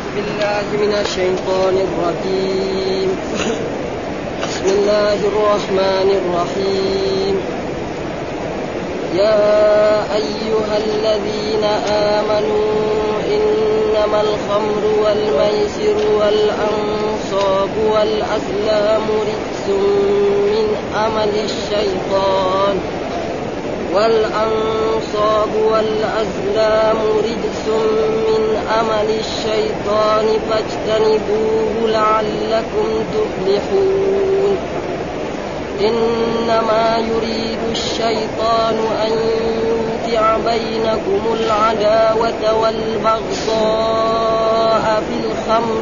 بالله من الشيطان الرجيم. بسم الله الرحمن الرحيم. يا أيها الذين آمنوا إنما الخمر والميسر والأنصاب والأزلام رجس من عمل الشيطان فاجتنبوه لعلكم تفلحون. إنما يريد الشيطان أن يوقع بينكم العداوة والبغضاء في الخمر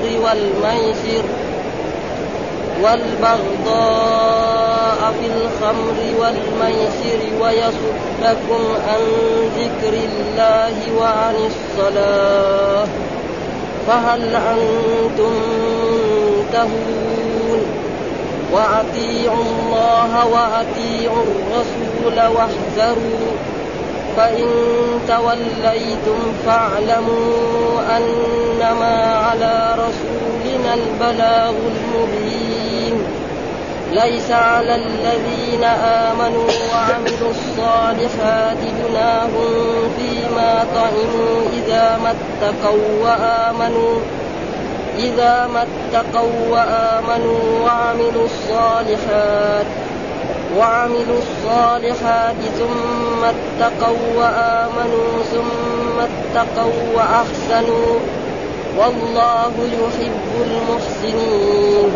والميسر ويصدكم عن ذكر الله وعن الصلاة فهل أنتم منتهون؟ وأطيعوا الله وأطيعوا الرسول واحذروا، فإن توليتم فاعلموا أنما على رسولنا البلاغ المبين. ليس على الذين آمنوا وعملوا الصالحات جناح فيما طعموا إذا ما اتقوا وآمنوا وعملوا الصالحات ثم اتقوا وآمنوا ثم اتقوا وأحسنوا والله يحب المحسنين.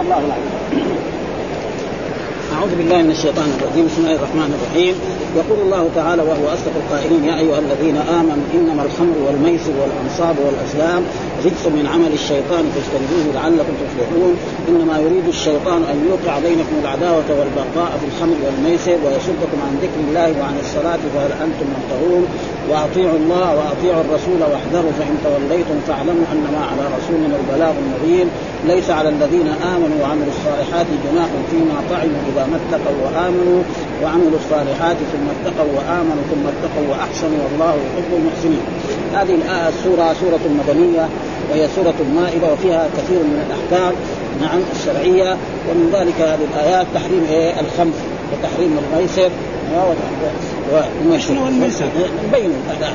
أعوذ بالله من الشيطان الرجيم. بسم الله الرحمن الرحيم. يقول الله تعالى وهو أصدق القائلين: يا أيها الذين آمنوا إنما الخمر والميسر والأنصاب والأزلام رجس من عمل الشيطان فاجتنبوه لعلكم تفلحون. إنما يريد الشيطان أن يوقع بينكم العداوة والبغضاء في الخمر والميسر ويصدكم عن ذكر الله وعن الصلاة فهل أنتم منتهون؟ وأطيعوا الله وأطيعوا الرسول واحذروا، فإن توليتم فاعلموا أنما على رسولنا البلاغ المبين. ليس على الذين آمنوا وعملوا الصالحات جناح فيما طعموا إذا ما اتقوا وآمنوا وعملوا الصالحات ثم اتقوا وآمنوا ثم اتقوا وأحسنوا والله يحب المحسنين. هذه السورة سورة مدنية وهي سورة المائدة وفيها كثير من الأحكام الشرعية، ومن ذلك هذه الآيات تحريم الخمر وتحريم الميسر والميسر نبين الآيات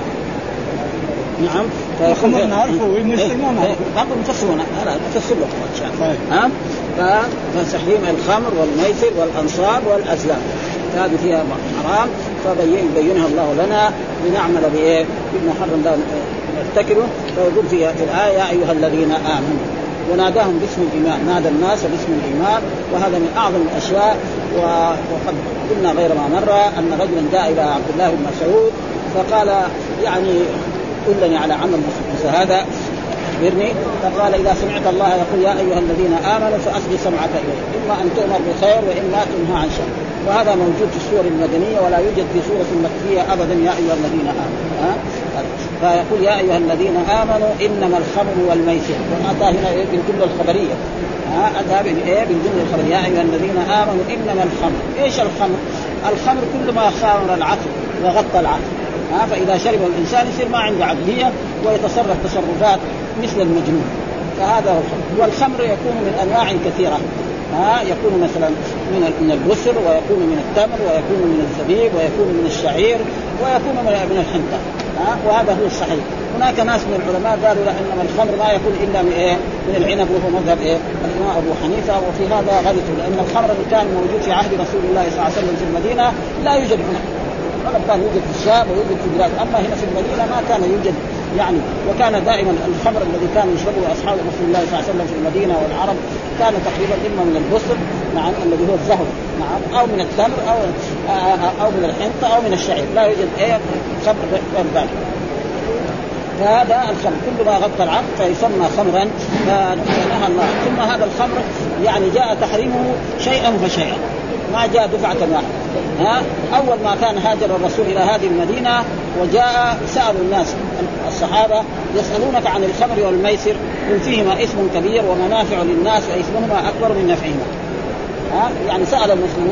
نعم. الخمر نعرفه والميسر ما نعرفه. بعض المفسرون نفسر لكم إن شاء الله. فتحريم الخمر والميسر والأنصاب والأزلام هذه فيها حرام، فبينها الله لنا لنعمل بالمحرم لا نرتكبه. فيقول في الآية: يا أيها الذين آمنوا، وناداهم باسم الإيمان، نادى الناس باسم الإيمان، وهذا من أعظم الأشياء. وقد قلنا غير ما مرة أن رجلا جاء إلى عبد الله بن مسعود فقال: يعني دلني على عمل مثل هذا أخبرني. فقال: إذا سمعت الله يقول يا أيها الذين آمنوا فأصغ سمعك إليه، إما أن تؤمر بخير وإما تنهى عن شر. وهذا موجود في السور المدنية ولا يوجد في سورة مكية أبدا يا أيها الذين آمنوا. فيقول: يا أيها الذين آمنوا إنما الخمر والميسر، وأتى هنا بالجملة الخبرية، أذهب بالجملة الخبرية: يا أيها الذين آمنوا إنما الخمر. إيش الخمر؟ الخمر كل ما خامر العقل وغطى العقل، فإذا شرب الإنسان يصير ما عنده عقلية ويتصرف تصرفات مثل المجنون، فهذا هو الخمر. والخمر يكون من أنواع كثيرة، يكون مثلا من البسر، ويكون من التمر، ويكون من الزبيب، ويكون من الشعير، ويكون من الحنطة، وهذا هو الصحيح. هناك ناس من العلماء قالوا لا، إنما الخمر ما يكون إلا من العنب، وهو مذهب الإمام أبو حنيفة. وفي هذا غلط، لأن الخمر اللي كان موجود في عهد رسول الله صلى الله عليه وسلم في المدينة لا يوجد هنا، كان يوجد في الشام ويوجد في بلاد، أما هنا في المدينة ما كان يوجد يعني. وكان دائما الخمر الذي كان يشربه أصحاب رسول الله صلى الله عليه وسلم في المدينة والعرب كان تقريبا إما من البصر الذي هو الزهر أو من التمر أو من الحنطة أو من الشعير، لا يوجد خمر غير ذلك. فهذا الخمر كل ما غطى العقل فيسمى خمرا، فنهى الله. ثم هذا الخمر يعني جاء تحريمه شيئا فشيئا، ما جاء دفعة واحدة. أول ما كان هاجر الرسول إلى هذه المدينة وجاء سألوا الناس الصحابة: يسألونك عن الخمر والميسر قل فيهما اسم كبير ومنافع للناس وإثمهما أكبر من نفعهما. يعني سأل المسلمون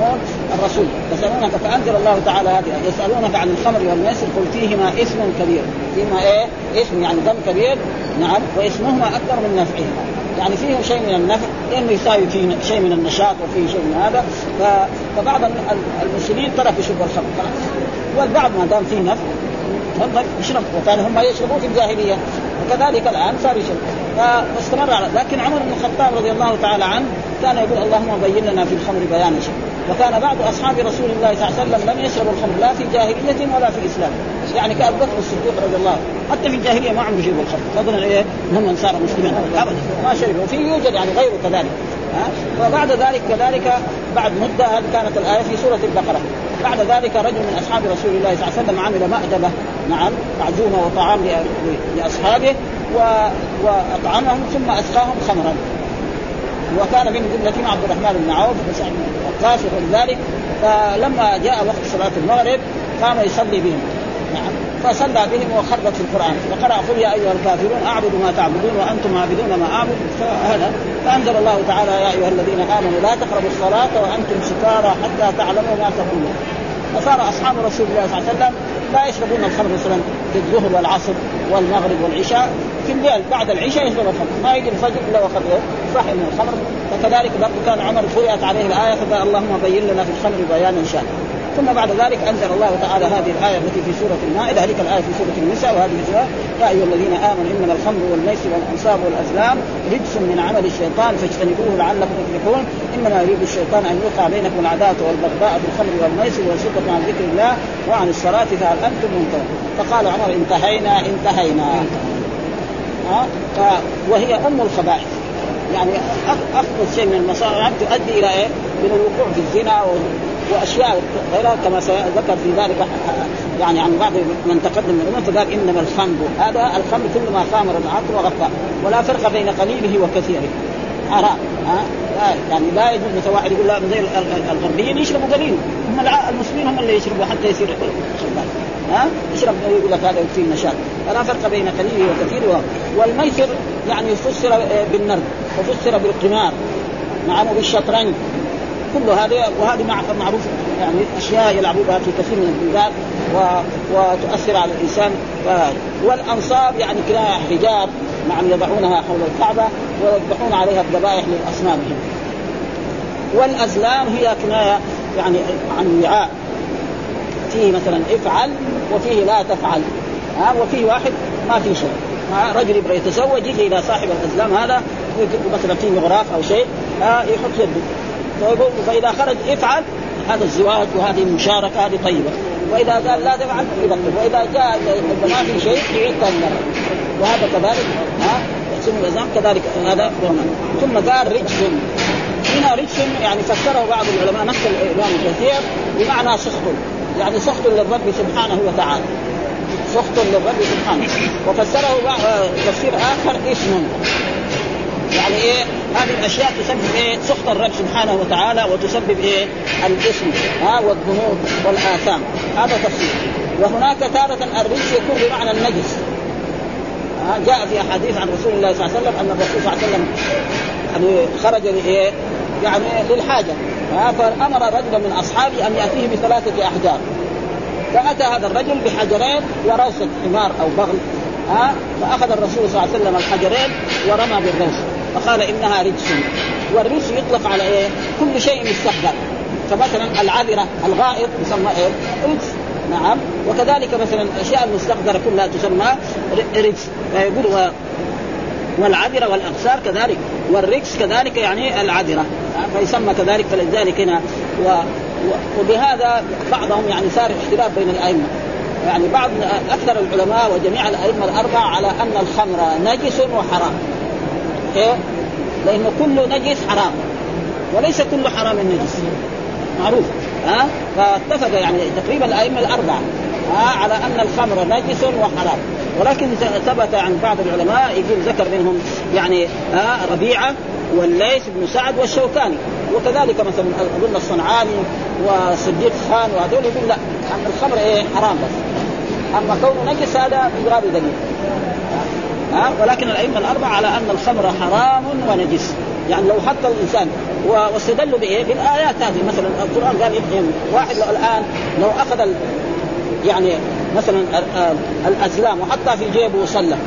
الرسول يسألونك فأنزل الله تعالى هذه يسألونك عن الخمر والميسر قل فيهما إثم كبير فيهما إثم يعني ذنب كبير نعم وإثمهما أكبر من نفعهما يعني فيهم شيء من النفع لأنه يساوي فيه شيء من النشاط وفيه شيء من هذا فبعض المسلمين تركوا شرب الخمر والبعض ما دام فيه نفع يشرب وكان هم يشربون في الجاهلية وكذلك الآن صار يشرب فاستمر على لكن عمر بن الخطاب رضي الله تعالى عنه كان يقول اللهم بين لنا في الخمر بيانا شيء وكان بعض أصحاب رسول الله صلى الله عليه وسلم لم يشربوا الخمر لا في جاهلية ولا في الإسلام يعني كأبو بكر الصديق رضي الله حتى في الجاهلية ما عمرو يشربوا الخمر فضلا هم صار مسلمين أبدا ما شربوا وفي يوجد يعني غيره كذلك وبعد ذلك كذلك بعد مدة هذه كانت الآية في سورة البقرة بعد ذلك رجل من أصحاب رسول الله صلى الله عليه وسلم عمل مأدبة نعم معجونة وطعام لأصحابه وأطعمهم ثم أسقاهم خمرا وكان من جملتهم عبد الرحمن بن عوف وقاص ولذلك فلما جاء وقت صلاة المغرب قام يصلي بهم نعم فصلى بهم وخرج في القرآن وقرأ قل يا أيها الكافرون أعبد ما تعبدون وأنتم عابدون ما أعبد فهذا فأنزل الله تعالى يا أيها الذين آمنوا لا تقربوا الصلاة وأنتم سكارى حتى تعلموا ما تقولون فصار أصحاب رسول الله صلى الله عليه وسلم لا يشربون الخمر مثلا في الظهر والعصر والمغرب والعشاء في الليل بعد العشاء يشرب الخمر ما يجي الفجر إلا وقد صحي من الخمر فكذلك كان عمر قرأت عليه الآية فقال اللهم بين لنا في الخمر بيانا شاء ثم بعد ذلك أنزل الله تعالى هذه الآية التي في سورة المائدة هذه الآية في سورة النساء وهذه سورة يا أيها الذين آمنوا إنما الخمر والميسر والأنصاب والأزلام رجس من عمل الشيطان فاجتنبوه لعلكم تفلحون إنما يريد الشيطان أن يوقع بينكم العداوة والبغضاء بالخمر والميسر ويصدكم عن ذكر الله وعن الصلاة فهل أنتم منتهون فقال عمر انتهينا وهي أم الخبائث يعني أخبث شيء من المصائب تؤدي إلى من الوقوع في الزنا وأشياء غيرها كما سيذكر في ذلك يعني عن بعض من تقدم من الأمم فقال إنما الخمر هذا الخمر كل ما خامر العقل وغفى ولا فرق بين قليله وكثيره حرام يعني لا يجوز مثل واحد يقول لا زي الغربيين يشربوا قليل هم المسلمين هم اللي يشربوا حتى يصير خبال يشرب يقول لك هذا يكفي النشاط ولا فرق بين قليله وكثيره والميسر يعني فسر بالنرد وفسر بالقمار نعم وبالشطرنج كل هذا وهذه معروف يعني أشياء يلعبوا بها في كثير من البلدان وتؤثر على الإنسان والأنصاب يعني كناية حجاب نعم يضعونها حول الكعبة ويذبحون عليها الذبائح لأصنامهم والأزلام هي كناية يعني عن وعاء فيه مثلا افعل وفيه لا تفعل وفيه واحد ما فيه شيء رجل يبغى يتزوج يجي إلى صاحب الأزلام هذا مثلا فيه غراف أو شيء يحط يده فإذا خرج افعل هذا الزواج وهذه المشاركة هذه طيبة وإذا قال لا تفعل يبطل وإذا جاء ما في شيء يعيد ثاني مرة وهذا كذلك يقسم الأزلام كذلك هذا ثم قال رجس هنا رجس يعني فسره بعض العلماء نفس الإمام كثير بمعنى سخط يعني سخط للرب سبحانه وتعالى سخط للرب سبحانه وفسره تفسير آخر اسم يعني هذه الأشياء تسبب سخط الرب سبحانه وتعالى وتسبب الاسم والذنوب والآثام هذا تفسير وهناك تارة الرجس يكون بمعنى النجس جاء في أحاديث عن رسول الله صلى الله عليه وسلم أن الرسول صلى الله عليه وسلم يعني خرج يعني للحاجة فأمر رجلا من أصحابه أن يأتيه ب3 أحجار فأتى هذا الرجل بحجرين وروثة حمار أو بغل فأخذ الرسول صلى الله عليه وسلم الحجرين ورمى بالروث فقال إنها رجس والرجس يطلق على كل شيء مستحضر فمثلا العذرة الغائط يسمى رجس نعم وكذلك مثلا الأشياء المستحضرة كلها تسمى رجس فيقول والعذرة والأغسار كذلك والرجس كذلك يعني العذرة فيسمى كذلك فلذلك هنا وبهذا بعضهم يعني صار اختلاف بين الأئمة يعني بعض أكثر العلماء وجميع الأئمة الأربعة على أن الخمر نجس وحرام لأنه كل نجس حرام وليس كل حرام نجس معروف فاتفق يعني تقريبا الأئمة الأربعة على أن الخمر نجس وحرام ولكن ثبت عن بعض العلماء يقول ذكر منهم يعني ربيعة والليث بن سعد والشوكاني وكذلك مثلا أظن الصنعاني وصديق خان وهذول يقول لا أن الخمر حرام بس أما كونه نجس هذا بغير دليل ولكن الأئمة الأربعة على أن الخمر حرام ونجس. يعني لو حط الإنسان واستدلوا بإيه؟ بالآيات هذه. مثلا القرآن قال يعني واحد لو الآن لو أخذ يعني مثلا الأزلام وحطها في جيبه وصلى،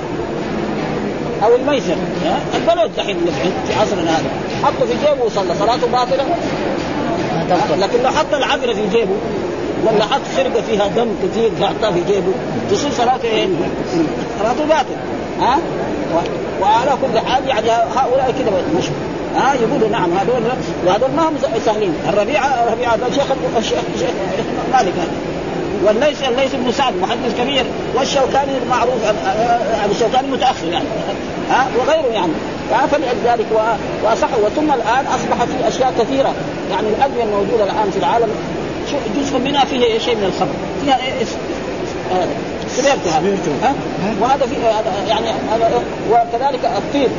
أو الميسر البلد دحين في عصرنا هذا حطه في جيبه وصلى، صلاته باطلة. لكن لو حط العبرة في جيبه ولا حط خرقة فيها دم كثير حطها في جيبه تصير صلاته إيه؟ صلاته باطل. وعلى كل حال يعني هؤلاء كده مش يقولوا نعم هذول ما هم سهلين. الربيعة هذا شيخ مالك والليث بن سعد محدث كبير، والشوكاني المعروف يعني الشوكاني متأخر يعني وغيره يعني فلذلك وأصحوا. وثم الآن أصبح في أشياء كثيرة يعني الأدوية الموجودة الآن في العالم جزء منها فيه شيء من الخمر، فيها سبيرتو هذا وهذا في يعني وكذلك الطيب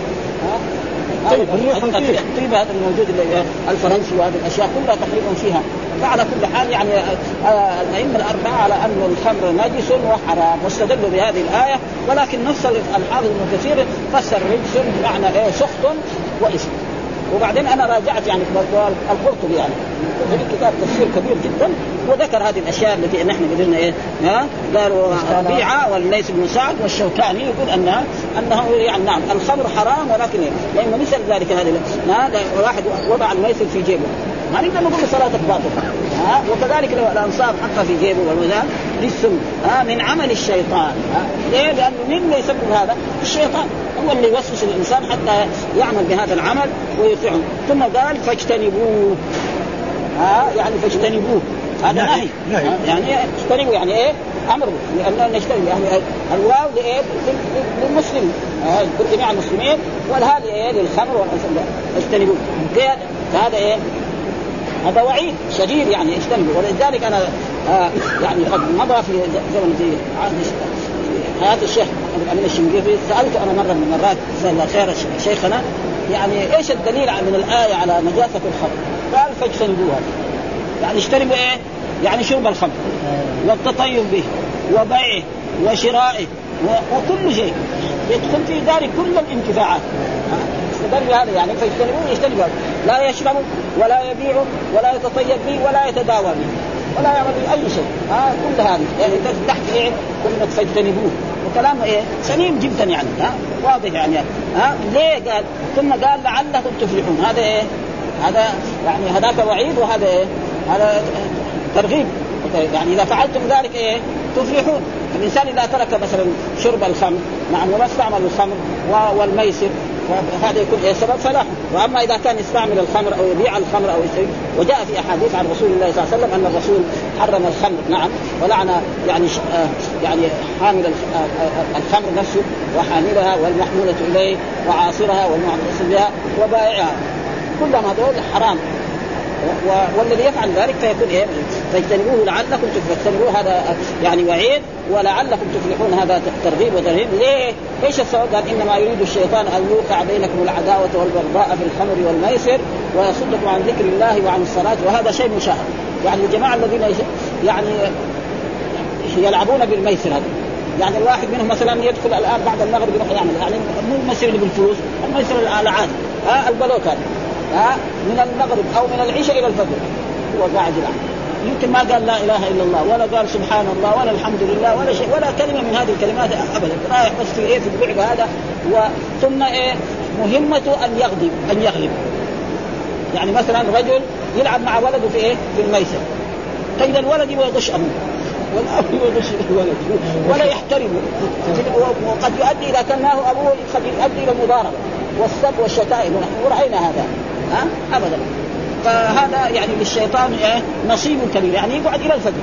الطيب هذا الموجود الفرنسي وهذه الأشياء كلها تقريبا فيها. فعلى كل حال يعني الأئمة الأربعة على أن الخمر نجس وحرام واستدلوا بهذه الآية. ولكن نفس الحافظ ابن كثير فسر رجس بمعنى سخط وإثم. وبعدين أنا راجعت يعني القرطبي يعني في كتاب تفسير كبير جدا وذكر هذه الأشياء التي نحن قدرنا قالوا ربيعة والليث بن سعد والشوكاني يقول أنه يعني نعم الخمر حرام، ولكن لأنه مثل ذلك هذه واحد وضع الميسر في جيبه ما نقدر نقول صلاتك باطلة. وكذلك لو الأنصاب حطها في جيبه والوزان للسم من عمل الشيطان. ليه؟ لأنه من يسبب هذا الشيطان هو اللي يوسوس الإنسان حتى يعمل بهذا العمل ويطيعه. ثم قال فاجتنبوه يعني فاجتنبوه هذا نهي يعني اجتنبوا يعني ايه امر لانه نجتنب يعني الواو لايه للمسلم جميع المسلمين والهذه ايه للخمر والانسان اجتنبوه. فهذا ايه هذا وعيد شديد يعني اجتنبوا. ولذلك انا يعني قد مضى في زمن في حياة الشيخ أمين الشنقيطي سألته أنا مرة من المرات جزاه الله خير شيخنا يعني إيش الدليل من الآية على نجاسة الخمر؟ قال فاجتنبوها يعني اجتنبوا إيه؟ يعني شرب الخمر والتطيب به وبيعه وشرائه وكل شيء يدخل في ذلك كل الانتفاعات. استدل هذا يعني فاجتنبوه يجتنبوا لا يشرب ولا يبيع ولا يتطيب به ولا يتداوى به ولا يعمل أي شيء. كل هذا يعني تحت إيه كلمة فاجتنبوه وكلام إيه سليم جدا يعني واضح يعني ليه قال ثم قال لعلكم تفلحون. هذا إيه هذا يعني هذاك وعيد وهذا إيه هذا ترغيب يعني إذا فعلتم ذلك إيه تفلحون. الإنسان إذا ترك مثلا شرب الخمر نعم وما استعمل الخمر والميسر وهذا يكون إيه سبب فلاح. وأما إذا كان يستعمل الخمر أو يبيع الخمر أو يشرب وجاء في أحاديث عن رسول الله صلى الله عليه وسلم أن الرسول حرم الخمر نعم ولعن يعني حامل الخمر نفسه وحاملها والمحمولة إليه وعاصرها والمعتصم بها وبائعها كلهم هذول حرام. والذي يفعل ذلك فيكون إيه فاجتنبوه لعلكم تفلحون. هذا يعني وعيد ولعلكم تفلحون هذا ترغيب وترهيب. ليه؟ ايش السبب؟ قال انما يريد الشيطان ان يوقع بينكم العداوه والبغضاء في الخمر والميسر ويصدكم عن ذكر الله وعن الصلاه وهذا شيء مشاهد. يعني الجماعه الذين يعني يلعبون بالميسر هذا يعني الواحد منهم مثلا يدخل الان بعد المغرب يروح يعمل يعني مو الميسر اللي بالفلوس الميسر العادي البلوك هذا من المغرب او من العشاء الى الفجر هو قاعد يلعب يمكن ما قال لا اله الا الله ولا قال سبحان الله ولا الحمد لله ولا شيء ولا كلمه من هذه الكلمات ابدا رايح بس في ايه في اللعب هذا. ثم ايه مهمته ان يغلب يعني مثلا رجل يلعب مع ولده في ايه في الميسر تجد الولد يغش ابوه والاب يغش الولد ولا يحترمه وقد يؤدي اذا كان له ابوه قد يؤدي الى المضاربه والسب والشتائم ونحن راينا هذا ابدا. فهذا يعني للشيطان نصيب كبير يعني يقعد الى الفجر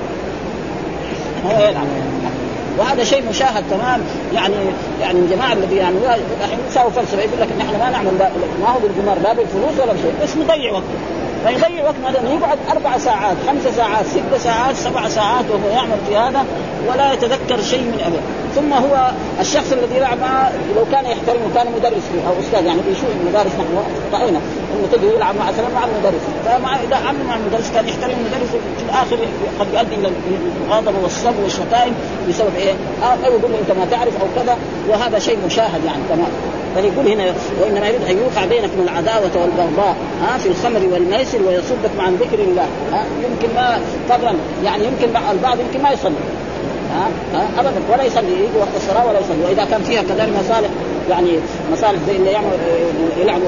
هو يلعب وهذا شيء مشاهد تمام. يعني الجماعه الذي يعني الحين يساوي فلسفه يقول لك نحن ما نعمل ما هو بالقمار لا بالفلوس ولا بشيء بس نضيع وقت فيضيع وقت مثلا يقعد 4 ساعات 5 ساعات 6 ساعات 7 ساعات وهو يعمل في هذا ولا يتذكر شيء من أبدا. ثم هو الشخص الذي يلعب معه لو كان يحترم وكان مدرس فيه أو أستاذ، يعني بيشوف المدارس نحن رأينا إنه تجي يلعب مع المدرس، فمع إذا عمل مع المدرس كان يحترم المدرس في الآخر قد يؤدي إلى الغضب والصب والشتائم بسبب إيه؟ أو يقول له أنت ما تعرف أو كذا، وهذا شيء مشاهد يعني تمام. فيقول هنا وإنما يريد أن يوقع بينكم العداوة والبغضاء في الخمر والميسر ويصدكم عن ذكر الله. يمكن ما طبعا يعني يمكن مع البعض يمكن ما يصلي أبدا ولا يصلي، يجي وقت الصلاة ولا يصلي، وإذا كان فيها كذلك مصالح يعني مصالح زي اللي يلعبوا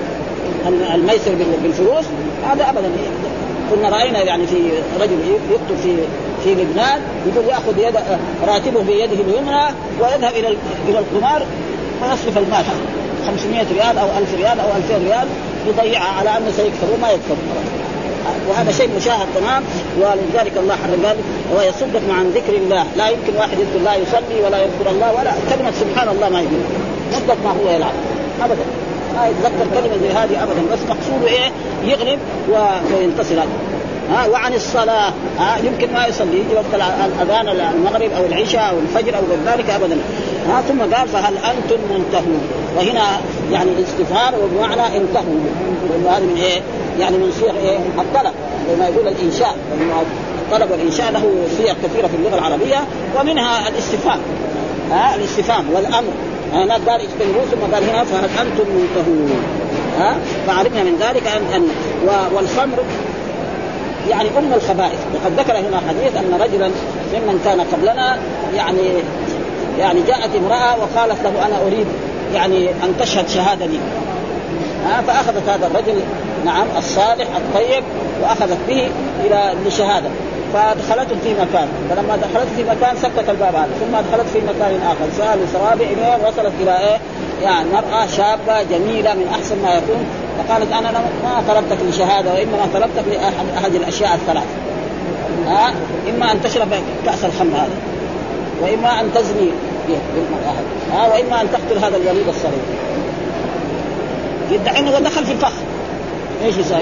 الميسر بالفلوس هذا أبدا. كنا رأينا يعني في رجل يكتب في لبنان يقول يأخذ راتبه بيده اليمنى ويذهب إلى القمار ويصرف المال 500 ريال أو 1000 ريال أو 2000 ريال يضيعها على أنه سيكسب وما يكسب، وهذا شيء مشاهد تمام. ولذلك الله حرم ذلك ويصدكم عن ذكر الله. لا يمكن واحد يذكر لا يصلي ولا يذكر الله ولا كلمة سبحان الله ما يقول مدة ما هو يلعب أبدا، ما يتذكر كلمة زي هذه أبدا، بس مقصوده إيه يغلب وينتصر. وعن الصلاة يمكن ما يصلي يجي وقت الأذان المغرب أو العشاء أو الفجر أو غير ذلك أبدا. ثم قال فهل أنتم منتهون، وهنا يعني الاستفهام وبمعنى انتهوا، وهذا من إيه يعني من صيغ إيه الطلب، وما يقول الإنشاء، الطلب والإنشاء له صيغ كثيرة في اللغة العربية ومنها الاستفهام الاستفهام والأمر. هنا قال اجتنبوا ثم قال هنا فهل أنتم منتهون. فعرفنا من ذلك أن والخمر يعني أم الخبائث. وقد ذكر هنا حديث أن رجلا ممن كان قبلنا يعني جاءت امرأة وقالت له أنا أريد يعني أن تشهد شهادة لي، فأخذت هذا الرجل نعم الصالح الطيب وأخذت به إلى لشهادة، فدخلت في مكان، فلما دخلت في مكان سكت الباب هذا، ثم دخلت في مكان آخر ثالث رابع إلى وصلت إلى إيه يعني مرأة شابة جميلة من أحسن ما يكون، فقالت أنا ما طلبتك لشهادة وإنما طلبتك لأحد الأشياء الثلاث، إما أن تشرب كأس الخمر هذا، وإما أن تزني بالمرأة، وإما أن تقتل هذا الوليد الصغير. يدعي أنه دخل في الفخ، إيش يساوي؟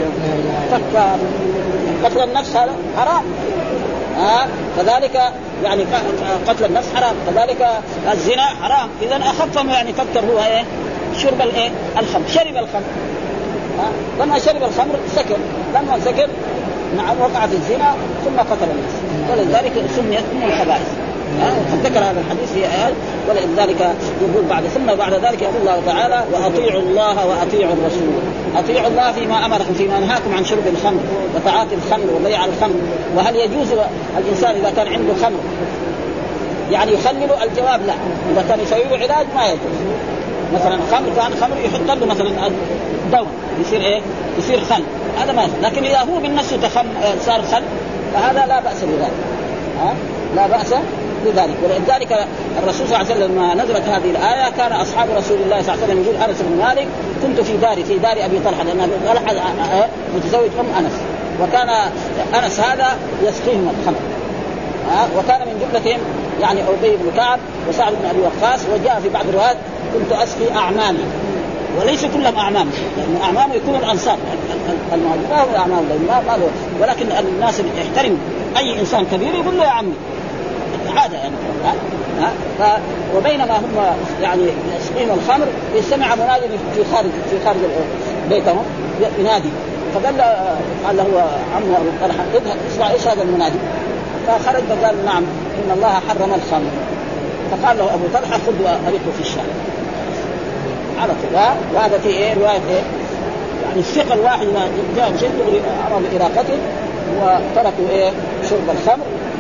قتل النفس هذا حرام، كذلك يعني قتل النفس حرام، كذلك الزنا حرام. إذن أخفهم يعني فكر هو إيه شرب الإيه الخمر، شرب الخمر، لما شرب الخمر سكر، لما سكر نعم وقع في الزنا ثم قتل النفس، ولذلك سميت من الخبائث. وقد ذكر هذا الحديث في آيات، ولذلك يقول بعد ذلك يقول الله تعالى وأطيعوا الله وأطيعوا الرسول. أطيعوا الله فيما أمركم فيما نهاكم عن شرب الخمر وتعاطي الخمر وبيع الخمر. وهل يجوز الإنسان إذا كان عنده خمر يعني يخلله؟ الجواب لا. إذا كان يسوي له علاج ما يجوز. مثلا خمر يحط له مثلا دواء يصير إيه يصير خل، هذا ما يصير. لكن إذا هو بالنفس صار خل فهذا لا بأس بذلك، لا بأس بذلك. ولذلك الرسول صلى الله عليه وسلم لما نزلت هذه الآية كان أصحاب رسول الله صلى الله عليه وسلم يقول أنس بن مالك كنت في دار أبي طلحة، لأن أبي طلحة متزوج أنس، وكان أنس هذا يسقيهم الخمر، وكان من جملتهم يعني أبي بن كعب وسعد بن أبي وقاص. وجاء في بعض الروايات كنت أسقي أعمامي، وليس كلهم أعمام، لأن أعمام يكون الأنصار المهاجرين ما هو أعمام ولكن الناس يحترم أي إنسان كبير يقول له يا عمي عادة يعني. وبينما هم يعني يسقون الخمر يستمع منادي في خارج بيتهم ينادي، فقال له عمه أبو طلحة اذهب اسمع ايش هذا المنادي، فخرج فقال نعم إن الله حرم الخمر. فقال له أبو طلحة خذ وأريقه في الشارع على طول. وهذا في إيه رواية إيه يعني الثقة الواحد ما جاء جد أمر بإراقته وتركوا إيه شرب الخمر.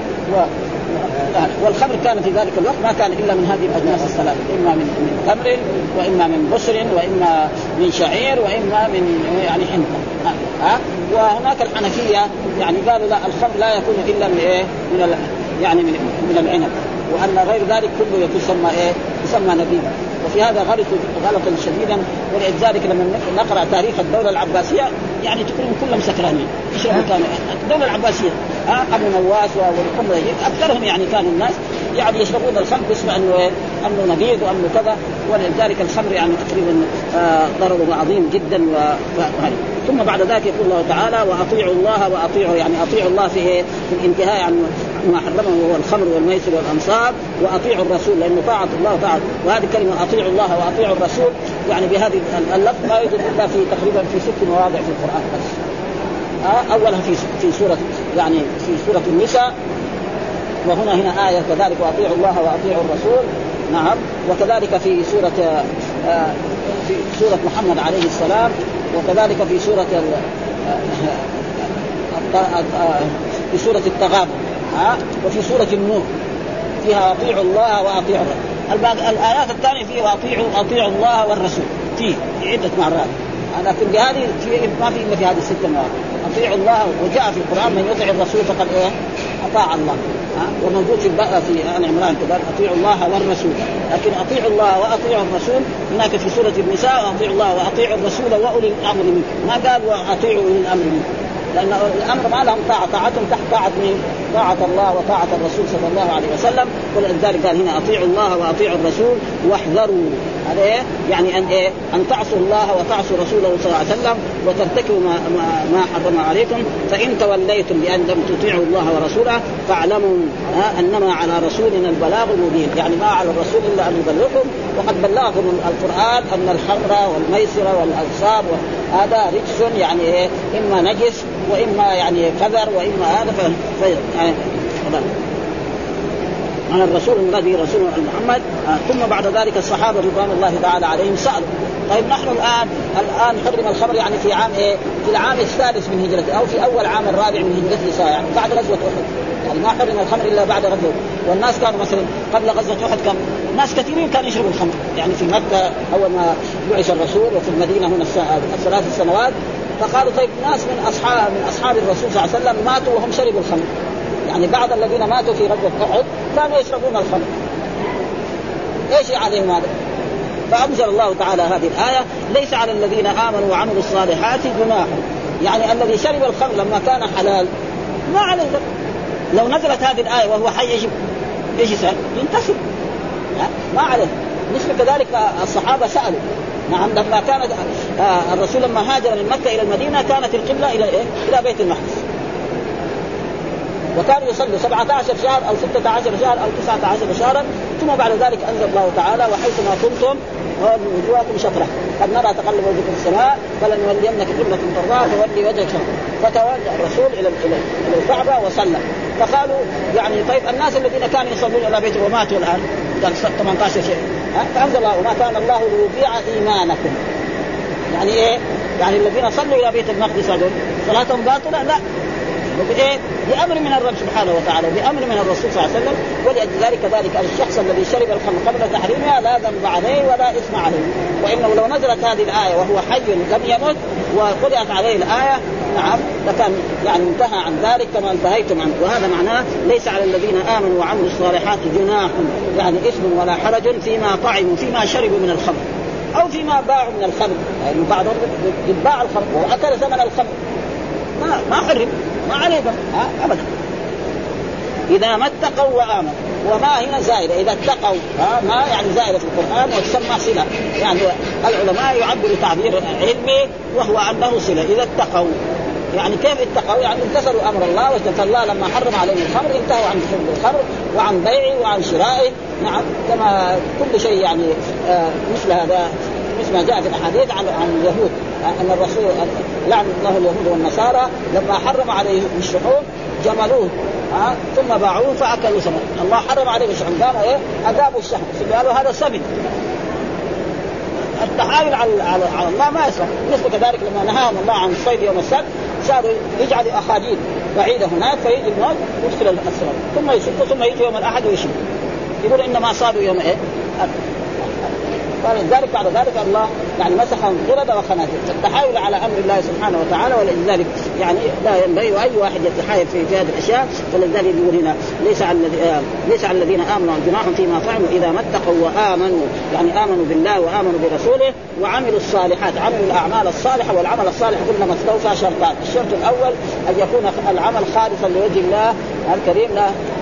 والخمر كان في ذلك الوقت ما كان إلا من هذه الأجناس الثلاثة، إما من تمر وإما من بصر وإما من شعير وإما من يعني حنطة. وهناك الحنفية يعني قالوا لا الخمر لا يكون إلا من إيه يعني من العنب، وأن غير ذلك كله يسمى إيه يسمى نبيذ. وفي هذا غلطا شديدا. ولذلك لما نقرأ تاريخ الدولة العباسية يعني تكون كلهم سكرانين يشربوا. كانوا الدولة العباسية أبو نواس والحمر أكثرهم يعني كانوا الناس يعني يشربون الخمر باسم أنه أنه نبيذ وأنه كذا. ولذلك الخمر يعني تقريبا ضرره عظيم جدا. ثم بعد ذلك يقول الله تعالى وأطيعوا الله وأطيعوا، يعني أطيعوا الله في الانتهاء عن ما حرمه هو الخمر والميسر والأنصاب، وأطيعوا الرسول لأنه طاعة الله طاعة. وهذه كلمة أطيعوا الله وأطيعوا الرسول يعني بهذه اللفظ ما يوجد إلا في تقريبا في 6 مواضع في القرآن بس. أولها في سورة يعني في سورة النساء، وهنا آية كذلك وأطيعوا الله وأطيعوا الرسول. نعم. وكذلك في سورة محمد عليه السلام، وكذلك في سورة التغابن، وفي سورة النور فيها أطيعوا الله وأطيعوا الرسول. الآيات الثانية فيها أطيعوا الله والرسول في عدة مرات، لكن بهذه ما في إلا في هذه 6 مرات أطيعوا الله. وجاء في القرآن من يطيع الرسول فقد أطاع الله. وموجود في آل عمران كذلك أطيعوا الله والرسول. لكن أطيعوا الله وأطيعوا الرسول هناك في سورة النساء وأطيعوا الله وأطيعوا الرسول وأولي الأمر منكم، ما قال وأطيعوا أولي الأمر منكم، لأن الأمر ما لهم طاعتهم تحت طاعة الله وطاعة الرسول صلى الله عليه وسلم. ولذلك قال هنا أطيعوا الله وأطيعوا الرسول واحذروا. هذا يعني أن تعصوا الله وتعصوا رسوله صلى الله عليه وسلم وترتكبوا ما حرم عليكم. فإن توليتم بأن لم تطيعوا الله ورسوله فاعلموا أنما على رسولنا البلاغ المبين، يعني ما على الرسول إلا أن يبلغكم. وقد بلغكم القرآن أن الخمر والميسر والأنصاب هذا رجس، يعني إما نجس وإما يعني كذر وإما هذا يعني عن الرسول الذي رسول محمد. ثم بعد ذلك الصحابة رضوان الله تعالى عليهم سألوا طيب نحن الآن حرم الخمر يعني في عام في العام الثالث من هجرته أو في أول عام الرابع من هجرته يعني بعد غزوة أحد، يعني ما حرم الخمر إلا بعد غزوة. والناس كانوا مثلا قبل غزوة أحد كان ناس كثيرين كانوا يشربوا الخمر، يعني في مكة أول ما بعث الرسول وفي المدينة هنا 3 سنوات. فقالوا طيب ناس من أصحاب الرسول صلى الله عليه وسلم ماتوا وهم شربوا الخمر، يعني بعض الذين ماتوا في غزوة أحد كانوا يشربون الخمر، ايش عليهم هذا؟ فأنزل الله تعالى هذه الآية ليس على الذين آمنوا وعملوا الصالحات جناح، يعني الذي شرب الخمر لما كان حلال ما عليه ذنب. لو نزلت هذه الآية وهو حي ايش يسأل؟ ينتصر، ما عليه. مثل كذلك الصحابة سألوا. نعم لما كان الرسول لما هاجر من مكة إلى المدينة كانت القبلة إلى بيت المقدس، وكانوا يصلوا 17 شهر أو 16 شهر أو 19 شهرا. ثم بعد ذلك أنزل الله تعالى وحيثما كنتم وجوهكم شطرة قد نرى تقلب وجهكم في السماء فلنولينك قبلة ترضاها فولي وجهك شطرة. فتوجه الرسول إلى الكعبة وصلى. فقالوا يعني طيب الناس الذين كانوا يصلون إلى بيته وماتوا الآن قال 18 شيء. فأنزل الله وما كان الله ليضيع إيمانكم، يعني إيه؟ يعني الذين صلوا إلى بيت المقدس صلاتهم باطلة؟ لا، بأمر من الرب سبحانه وتعالى وبأمر من الرسول صلى الله عليه وسلم. ولذلك كذلك الشخص الذي شرب الخمر قبل تحريمها لا ذنب عليه ولا إثم عليه. وإنه لو نزلت هذه الآية وهو حي لم يمت وقرأت عليه الآية نعم لكان يعني انتهى عن ذلك كما انتهيتم عنه. وهذا معناه ليس على الذين آمنوا وعملوا الصالحات جناح، يعني إثم ولا حرج فيما طعموا فيما شربوا من الخمر أو فيما باعوا من الخمر، يعني بعضهم يتباع الخمر وأكل ثمن الخمر ما حرم ما عليه أبدا إذا ما اتقوا وآمنوا. وما هنا زائدة، إذا اتقوا ما يعني زائدة في القرآن وتسمى صلة، يعني العلماء يعبروا تعبير علمي وهو أنه صلة. إذا اتقوا يعني كيف اتقوا؟ يعني امتثلوا أمر الله واجتنبوا الله لما حرم عليهم الخمر انتهوا عن شرب الخمر وعن بيعه وعن شرائه. نعم كما كل شيء يعني مثل هذا مثل ما جاء في الأحاديث عن اليهود أن الرسول لعن الله اليهود والنصارى لما حرم عليهم الشحوم جملوه ثم باعوه فأكلوا ثمنه. الله حرم عليهم الشحوم قالوا أذابوا الشحم، قالوا هذا سبت. التحايل على الله ما يصح. مثل كذلك لما نهاهم الله عن الصيد يوم السبت صاروا يجعلوا أخاديد بعيدة هناك فيجي الموت يدخل الأسرار ثم يشد ثم يجي يوم الأحد ويشد يقول إنما صادوا يوم فلذلك بعد ذلك الله يعني مسحهم قردة وخنازير. التحايل على أمر الله سبحانه وتعالى ولذلك يعني لا ينبغي أي واحد يتحايل في هذه الأشياء. فلذلك يقول هنا ليس على الذين آمنوا جناح فيما طعموا إذا ما اتقوا وآمنوا، يعني آمنوا بالله وآمنوا برسوله وعملوا الصالحات، عملوا الأعمال الصالحة. والعمل الصالح قلنا مستوفى شرطان. الشرط الأول أن يكون العمل خالصا لوجه الله الكريم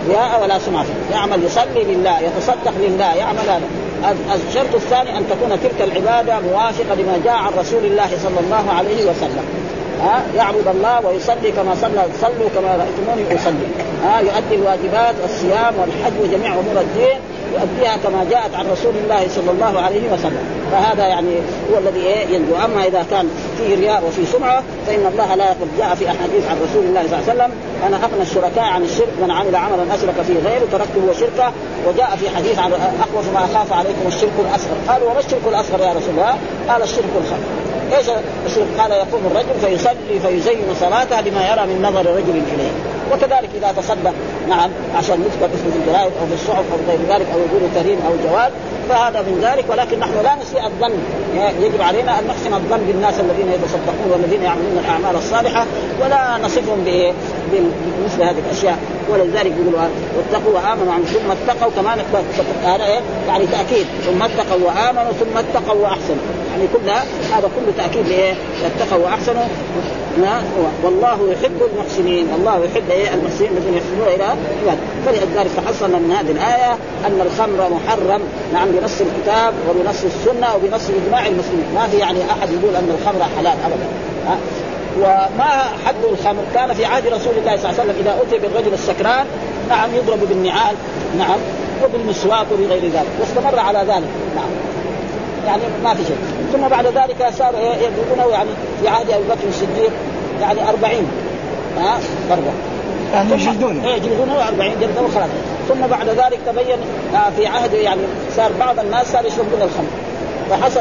رياء ولا سمعة، يعمل يصلي لله، يتصدق لله، يعمل هذا. الشرط الثاني أن تكون تلك العبادة موافقة لما جاء عن رسول الله صلى الله عليه وسلم. يعبد الله ويصلي كما صلوا كما رأيتموني أصلي. يؤدي الواجبات الصيام والحج وجميع أمور الدين يؤديها كما جاءت عن رسول الله صلى الله عليه وسلم. فهذا يعني هو الذي ينجو. أما إذا كان فيه رياء وفيه سمعة فإن الله لا يقول. جاء في أحاديث عن رسول الله صلى الله عليه وسلم: أنا أغنى الشركاء عن الشرك من عمل عملا أشرك فيه غيره تركته وشركه. وجاء في حديث عن أخوف ما أخاف عليكم الشرك الأصغر. قالوا: وما الشرك الأصغر يا رسول الله؟ قال: الشرك الخفي. ايش الشرك؟ قال: يقوم الرجل فيصلي فيزين صلاته بما يرى من نظر رجل اليه. وكذلك اذا تصدق عشان يذكر اسمه في الجرائد او في الصحف او غير ذلك او يقول كريم او جواد فهذا من ذلك. ولكن نحن لا نسيء الظن، يجب علينا ان نحسن الظن بالناس الذين يتصدقون والذين يعملون الاعمال الصالحه ولا نصفهم بمثل هذه الاشياء. ولذلك يقولوا: واتقوا وامنوا ثم اتقوا. كمان هذا يعني تاكيد، ثم اتقوا وامنوا ثم اتقوا واحسنوا، يعني كلها هذا كله تاكيد اتقوا واحسنوا. والله يحب المحسنين، الله يحب المحسنين الذين يحسنون الى عباده. فلذلك تحصل من هذه الايه ان الخمر محرم بنص الكتاب وبنص السنه وبنص اجماع المسلمين. ما في يعني احد يقول ان الخمر حلال ابدا. وما حد الخمر كان في عهد رسول الله صلى الله عليه وسلم اذا اتي بالرجل السكران يضرب بالنعال وبالمسواك وبغير ذلك، واستمر على ذلك يعني ما في شيء. ثم بعد ذلك صار يضربونه يعني في عهد ابي بكر الصديق يعني 40 ضربه يعني يجلدونه 40 جلده وخلاص. ثم بعد ذلك تبين في عهد يعني صار بعض الناس صار يشربون الخمر فحصل.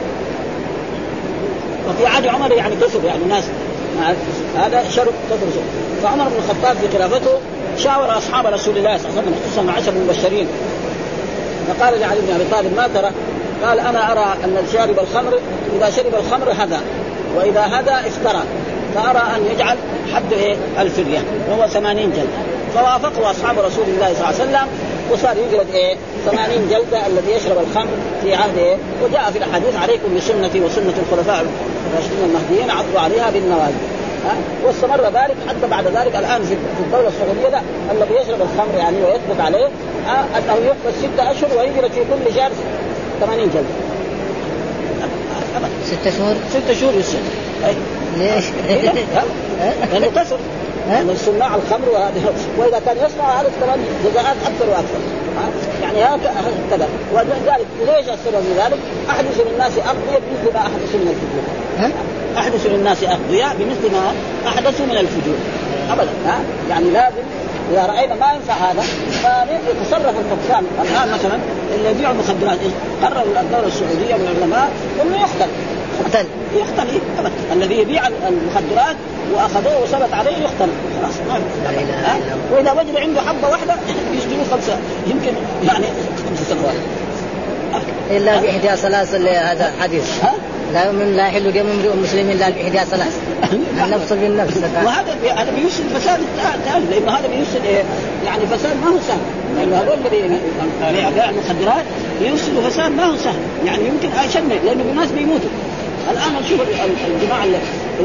وفي عهد عمر يعني كثر يعني ناس هذا شرب كثر. فعمر بن الخطاب في خلافته شاور اصحاب رسول الله صلى الله عليه وسلم خصوصا العشر المبشرين، فقال لعلي بن ابي طالب: ما ترى؟ قال: انا ارى ان شارب الخمر اذا شرب الخمر هدى، واذا هدى افترى، فارى ان يجعل حد الفريه وهو 80 جلد. فوافقوا اصحاب رسول الله صلى الله عليه وسلم وصار يجلد 80 جلده الذي يشرب الخمر في عهده. وجاء في الاحاديث: عليكم بسنتي وسنه الخلفاء الراشدين المهديين عضوا عليها بالنواجذ. واستمر ذلك حتى بعد ذلك. الان في الدوله السعوديه لا، الذي يشرب الخمر يعني ويثبت عليه انه يحبس 6 اشهر ويجلد في كل شهر 80 جلده. 6 شهور 6 شهور يسجن. ليش؟ لانه كسر من صناع الخمر واذا كان يصنع هذا كمان جزاءات اكثر واكثر. يعني هكذا. ولذلك ليش السبب من ذلك؟ احدث للناس اقضياء بمثل ما احدثوا من الفجور. احدث للناس اقضياء بمثل ما احدثوا من الفجور ابدا. يعني لازم اذا راينا ما ينفع هذا فيتصرف الحكام. الان مثلا اللي يبيع المخدرات قرر الدوله السعوديه والعلماء انه يقتل ابدا. الذي يبيع المخدرات واخذوه وثبت عليه يقتل خلاص. واذا وجد عنده حبه واحده يسجنوا 5 يمكن يعني 5 سنوات الا باحدى سلاسل. هذا حديث لا يؤمن لا يحل دم امرئ مسلم الا باحدى سلاسل، النفس بالنفس. وهذا بيفسد فساد ثاني، لانه هذا بيفسد يعني فساد ما هو سهل. لانه هذول اللي بيع المخدرات بيفسدوا فساد ما هو سهل، يعني يمكن اشد لانه الناس بيموتوا. الان نشوف الجماعه اللي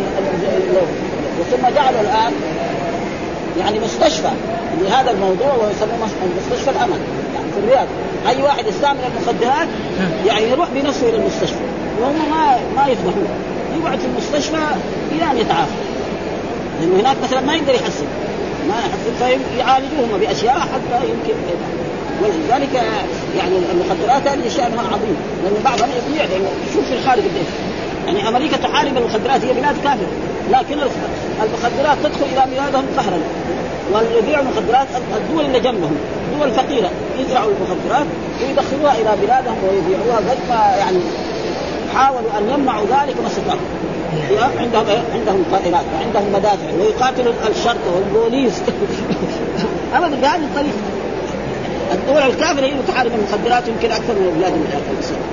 ثم جعلوا الان يعني مستشفى لهذا الموضوع ويسموه مستشفى الامل. يعني في الرياض اي واحد يستعمل المخدرات يعني يروح بنفسه الى المستشفى وهم ما يفضحوه، يقعد في المستشفى الى ان يتعافى، لانه هناك مثلا ما يقدر يحسن فيعالجوهم باشياء حتى يمكن. ولذلك يعني المخدرات هذه شأنها عظيم، لأن بعضهم يبيع. شوف في الخارج قديش يعني أمريكا تحارب المخدرات، هي بلاد كافرة لكن المخدرات تدخل إلى بلادهم قهرا. واليبيع المخدرات الدول اللي جنبهم دول فقيرة يزرعوا المخدرات ويدخلوها إلى بلادهم ويبيعوها. قد ما يعني حاولوا أن يمنعوا ذلك ما استطاعوا. عندهم طائرات وعندهم مدافع ويقاتلوا الشرطة والبوليس أبدا بهذه الطريقة. الدول الكافرة هي تحارب المخدرات يمكن أكثر من البلاد المسلمة.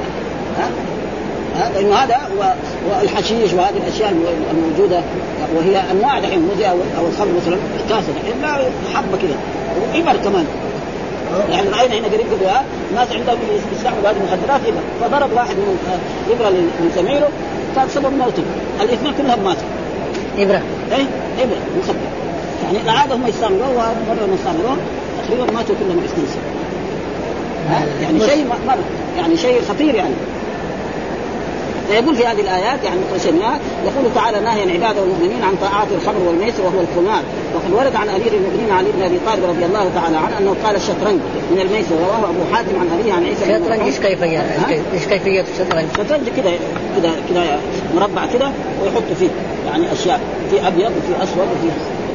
لأنه هذا والحشيش وهذه الأشياء الموجودة وهي أنواع دحين موزي أو الخمر مثلا كاسة إلا حبة كده وإبر كمان. يعني رأينا هنا قريب قبل ناس عندهم يستعملوا هذه المخدرات إبر، فضرب واحد من إبرة لزميله كان سبب موته، الاثنين كلهم ماتوا. إبرة إبرة مخدر يعني العادة هم يستعملوه ومرة ما يستعملوه تقريبا ماتوا كلهم 20 سنة. يعني شيء يعني شيء خطير يعني. فيقول في هذه الآيات يعني قسمات يقول تعالى ناهيا عباده المؤمنين عن طاعات الخمر والميسر وهو القمار. وقد ورد عن أمير المؤمنين علي بن أبي طالب رضي الله تعالى عنه أنه قال الشطرنج من الميسر. رواه أبو حاتم عن أبيه عن عيسى. الشطرنج إيش كيفية الشطرنج؟ الشطرنج كده مربع كده ويحط فيه يعني أشياء في أبيض وفي أسود وفي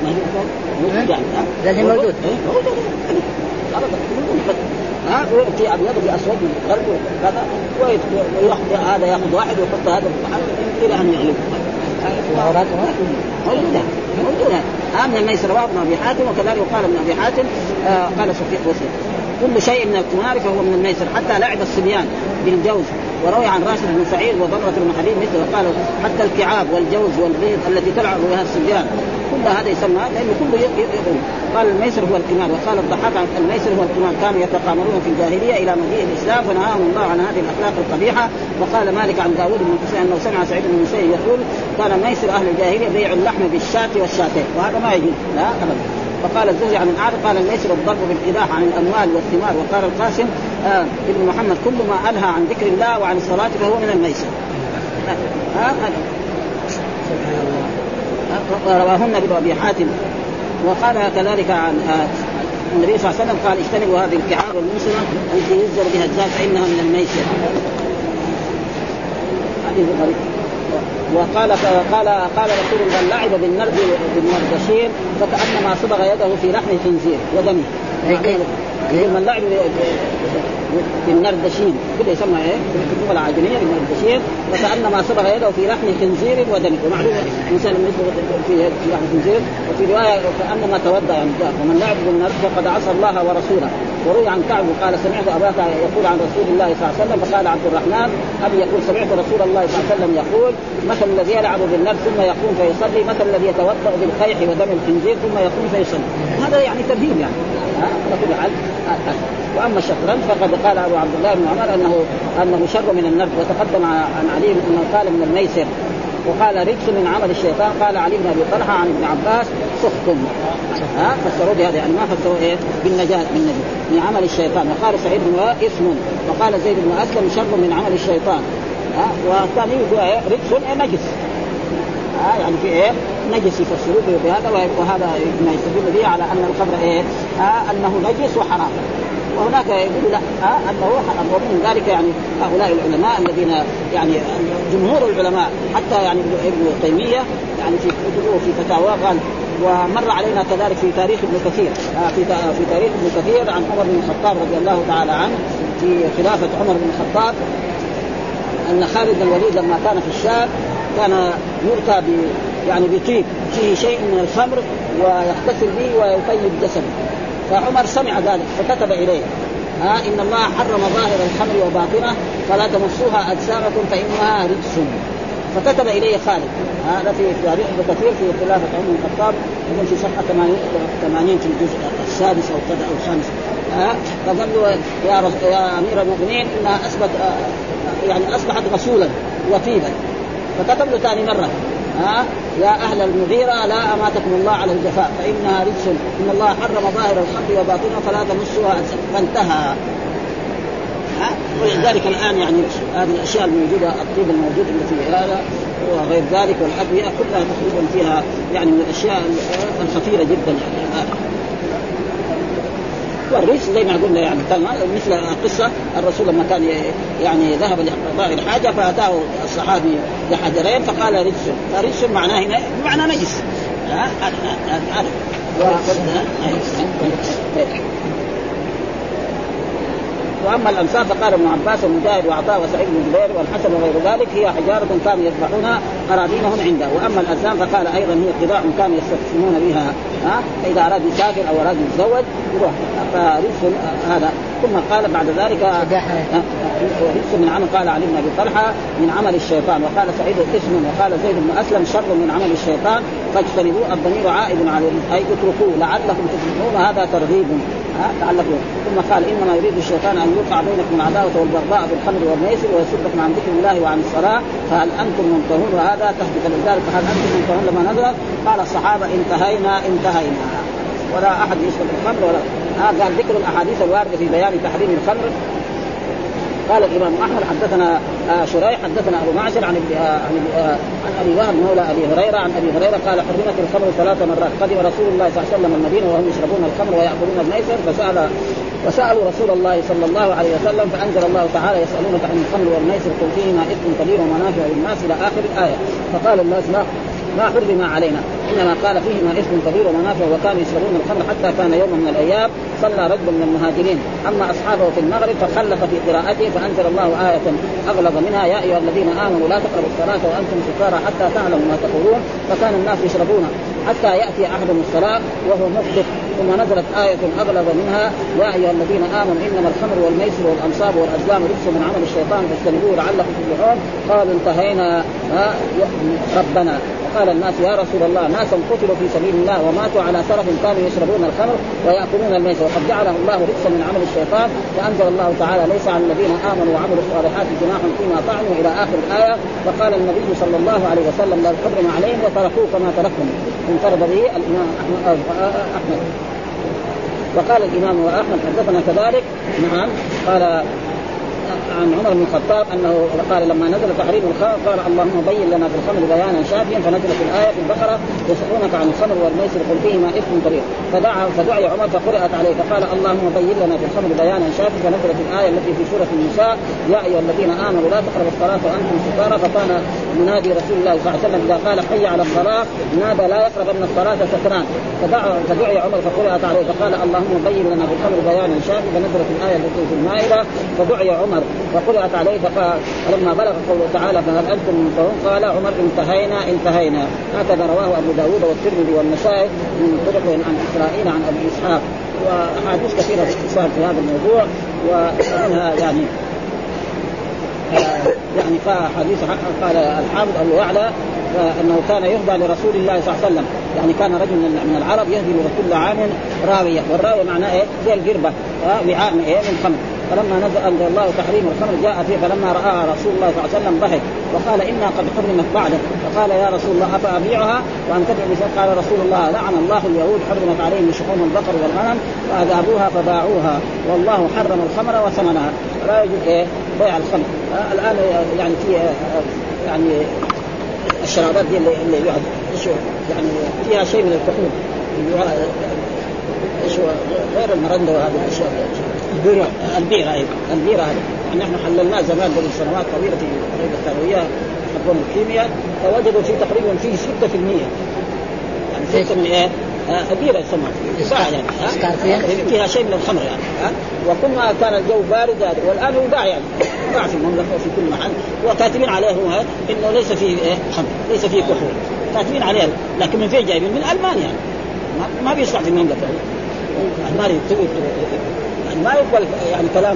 يعني موجود في أبيض وفي أسود من الغرب وكذا ويأخذ هذا يأخذ واحد ويحط هذا إلى أن يغلب. موجودة من الميسر. رواه ابن أبي حاتم وكذلك قال ابن أبي حاتم قال سفيان وسلم كل شيء من القمار فهو من الميسر حتى لعب الصبيان بالجوز. وروي عن راشد بن سعيد وضرة المحلين مثل قال حتى الكعاب والجوز والبيض التي تلعب بها الصبيان كل هذا يسمى لأنه كله يقوم. قال الميسر هو القمار. وقال الضحاك عن الميسر هو القمار كانوا يتقامرون في الجاهلية إلى مجيء الإسلام فنهاهم الله عن هذه الأخلاق القبيحة. وقال مالك عن داود بن حسين أنه سمع سعيد بن المسيب يقول كان ميسر أهل الجاهلية بيع اللحم بالشاة والشاتين وهذا ما يجوز لا أبدا. وقال الزهري عن الأعرج قال الميسر الضرب بالإباحة عن الأموال والثمار. وقال القاسم ابن محمد كل ما ألهى عن ذكر الله وعن الصلاة فهو من الميسر. رواهن ابن أبي حاتم. وقال كذلك عن النبي صلى الله عليه وسلم قال اجتنبوا هذه الكعاب والمسلمة التي يزر بها الزاد فإنها من الميسر. وقال رسول الله لعب بالنردشير فكأنما صبغ يده في لحم الخنزير ودمه. من لعب بالنردشين كده يسمى في اللغة العجمية بالنردشين وكأنما صبغ يده في لحم خنزير ودمه. ومعلوم مثلا في لحم خنزير وفي رواية كأنما تودع يعني ومن لعب بالنرد فقد عصى الله ورسوله. وروي عن كعب قال سمعت أباك يقول عن رسول الله صلى الله عليه وسلم فقال عبد الرحمن أبي يقول سمعت رسول الله صلى الله عليه وسلم يقول مثل الذي يلعب بالنرد ثم يقوم فيصلي مثل الذي يتوضأ بالقيح ودم الخنزير ثم يقوم فيصلي. هذا يعني تبهيم يعني كل حال. وأما الشطرنج فقد قال أبو عبد الله بن عمر أنه شر من النرد. وتقدم عن علي أنه قال من الميسر. وقال رجس من عمل الشيطان. قال علي بن أبي طلحة عن ابن عباس سخط فسروا بهذا يعني ما فسروا بالنجاة من عمل الشيطان. وقال سعيد بن اسم. وقال زيد بن أسلم شر من عمل الشيطان. والثاني يقول رجس نجس يعني في نجس يفسروا بهذا. وهذا ما يستدل به على أن الخمر أنه نجس وحرام. وهناك يقول لا أنه حرام. ومن ذلك يعني هؤلاء العلماء الذين يعني جمهور العلماء حتى يعني ابن تيمية يعني في كتبه في فتاوى قال. ومر علينا كذلك في تاريخ ابن كثير في تاريخ ابن كثير عن عمر بن الخطاب رضي الله تعالى عنه في خلافة عمر بن الخطاب أن خالد بن الوليد لما كان في الشام كان يؤتى يعني بطيب فيه شيء من الخمر ويغتسل به ويطيب جسده. فعمر سمع ذلك فكتب إليه إن الله حرم ظاهر الخمر وباطنه فلا تمسوها أجسامكم فإنها رجس. فكتب إليه خالد. هذا في تاريخ كثير في خلافة عمر بن الخطاب يقول في صفحة 80 في الجزء السادس أو كذا أو الخامس. فقال له يا أمير المؤمنين إنها يعني أصبحت غسولا وطيبا. فكتب له ثاني مرة يا أهل المغيرة لا أماتكم الله على الجفاء فإنها رجس إن الله حرم ظاهر الخمر وباطنه فلا تمسوها. فانتهى. ولذلك الآن يعني هذه الأشياء الموجودة الطيب الموجود اللي في هذا وغير ذلك والأدوية كلها تقريبا فيها يعني من الأشياء الخطيرة جدا يعني. والرجس زي ما قلنا يعني كان مثل قصة الرسول لما كان يعني ذهب لقضاء الحاجة فأتاه الصحابي بحجرين فقال رجس. فرجس معناه هنا معنى نجس. وأما الأمثال فقال ابن عباس ومجاهد وعطاء وسعيد بن جبير والحسن وغير ذلك هي حجارة كانوا يذبحونها أراضينهم عنده. وأما الأزلام فقال أيضا هي قطاع كانوا يستقسمون بها فإذا أراد يسافر أو أراد يتزوج يروح. فرجس هذا. ثم قال بعد ذلك رجس من عمل. قال علي بن أبي طلحة من عمل الشيطان. وقال سعيد اسم. وقال زيد بن أسلم شر من عمل الشيطان فاجتنبوه. الضمير عائد على أي اتركوه لعلكم تفلحون. هذا ترغيب تعلقوا. ثم قال إنما يريد الشيطان أن يوقع بينكم العداوة والبغضاء في الخمر والميسر ويصدكم عن ذكر الله وعن الصلاة فهل أنتم منتهون. وهذا تهدف لذلك فهل أنتم منتهون لما نزل. قال الصحابة انتهينا ولا أحد يشرب الخمر ولا قال ذكر الاحاديث الوارده في بيان تحريم الخمر. قال الامام احمد حدثنا شريح حدثنا ابو معشر عن ابي وهب مولى ابي هريره عن ابي هريره قال حرمت الخمر 3 مرات. قدم رسول الله صلى الله عليه وسلم المدينه وهم يشربون الخمر ويأكلون الميسر فسالوا رسول الله صلى الله عليه وسلم فانزل الله تعالى يسالونك عن الخمر والميسر قل فيهما اثم كبير ومنافع للناس الى اخر الايه. فقال الناس ما حرم علينا انما قال فيهما اثم كبير ومنافع وكانوا يشربون الخمر حتى كان يوم من الايام صلى رجل من المهاجرين اما اصحابه في المغرب فخلف في قراءته فانزل الله آية اغلظ منها يا ايها الذين امنوا لا تقربوا الصلاة وانتم سكارى حتى تعلموا ما تقولون فكان الناس يشربون حتى ياتي احدهم الصلاة وهو مصدق ثم نزلت آية اغلظ منها يا ايها الذين امنوا انما الخمر والميسر والانصاب والازلام رجس من عمل الشيطان فاجتنبوه لعلكم تفلحون. قالوا انتهينا ربنا. قال الناس يا رسول الله ناسا قتلوا في سبيل الله وماتوا على سرف كانوا يشربون الخمر ويأكلون الميسر وقد جعله الله رجسا من عمل الشيطان. فأنزل الله تعالى ليس على الذين آمنوا وعملوا الصالحات جناح فيما طعنوا إلى آخر الآية. فقال النبي صلى الله عليه وسلم لا حرم عليهم وتركوه كما تركهم انفرد به الإمام أحمد. وقال الإمام أحمد حدثنا كذلك نعم قال عن عمر بن الخطاب أنه قال لما نزل تحريم الخمر قال اللهم بين لنا في الخمر بيانا شافيا فنزلت الآية في البقرة يسألونك عن الخمر والميسر قل فيهما إثم كبير فدعي عمر فقرأت عليه فقال اللهم بين لنا في الخمر بيانا شافيا فنزلت الآية التي في سورة النساء يا أيها الذين آمنوا لا تقربوا الصلاة وأنتم سكارى. فكان منادي رسول الله صلى الله عليه وسلم إذا قال حي على الصلاة نادى لا يقربن الصلاة سكران فدعي عمر فقرأت عليه فقال اللهم بين لنا في الخمر بيانا شافيا فنزلت الآية التي في المائدة فدعي عمر فقرأت عليه فلما بلغ قوله تعالى فهل أنتم منتهون قال عمر انتهينا. هكذا رواه أبو داود والترمذي والنسائي من طرق عن إسرائيل عن أبي إسحاق وأحاديث كثيرة باختصار في هذا الموضوع ومنها يعني حديث قال الحافظ أبو يعلى أنه كان يهدى لرسول الله صلى الله عليه وسلم يعني كان رجل من العرب يهدي لكل عام راوية والراوية معناه إيه زي القربة وعاء من خمر. فلما نزل الله تحريم الخمر جاء فيه فلما رأى رسول الله صلى الله عليه وسلم ضحك وقال إنا قد حرمت بعده فقال يا رسول الله أفأبيعها وأنتفع بشيء قال رسول الله لعن الله اليهود حرمت عليهم شحوم البقر والغنم فأذابوها فباعوها والله حرم الخمر وثمنها. لا يجوز بيع الخمر. الآن يعني في يعني الشرابات دي اللي يعني فيها شيء من الكحول غير المرندة وهذه الأشياء البيرة البيرة هذه نحن حللناه زمان قبل سنوات طويلة في طريقة الثانوية حقون الكيمياء فوجدوا فيه تقريبا فيه 6% يعني 6 من البيرة يسمى يعني فيها شيء من الخمر يعني وكل ما كان الجو بارد يعني والآن هو باع يعني باع في المملكة وفي كل محل وكاتبين عليه هو إنه ليس فيه خمر ليس فيه كحول كاتبين عليه لكن من فين جايبين من ألمانيا يعني ما بيصنع في المملكة ألمانيا ما يقبل يعني كلام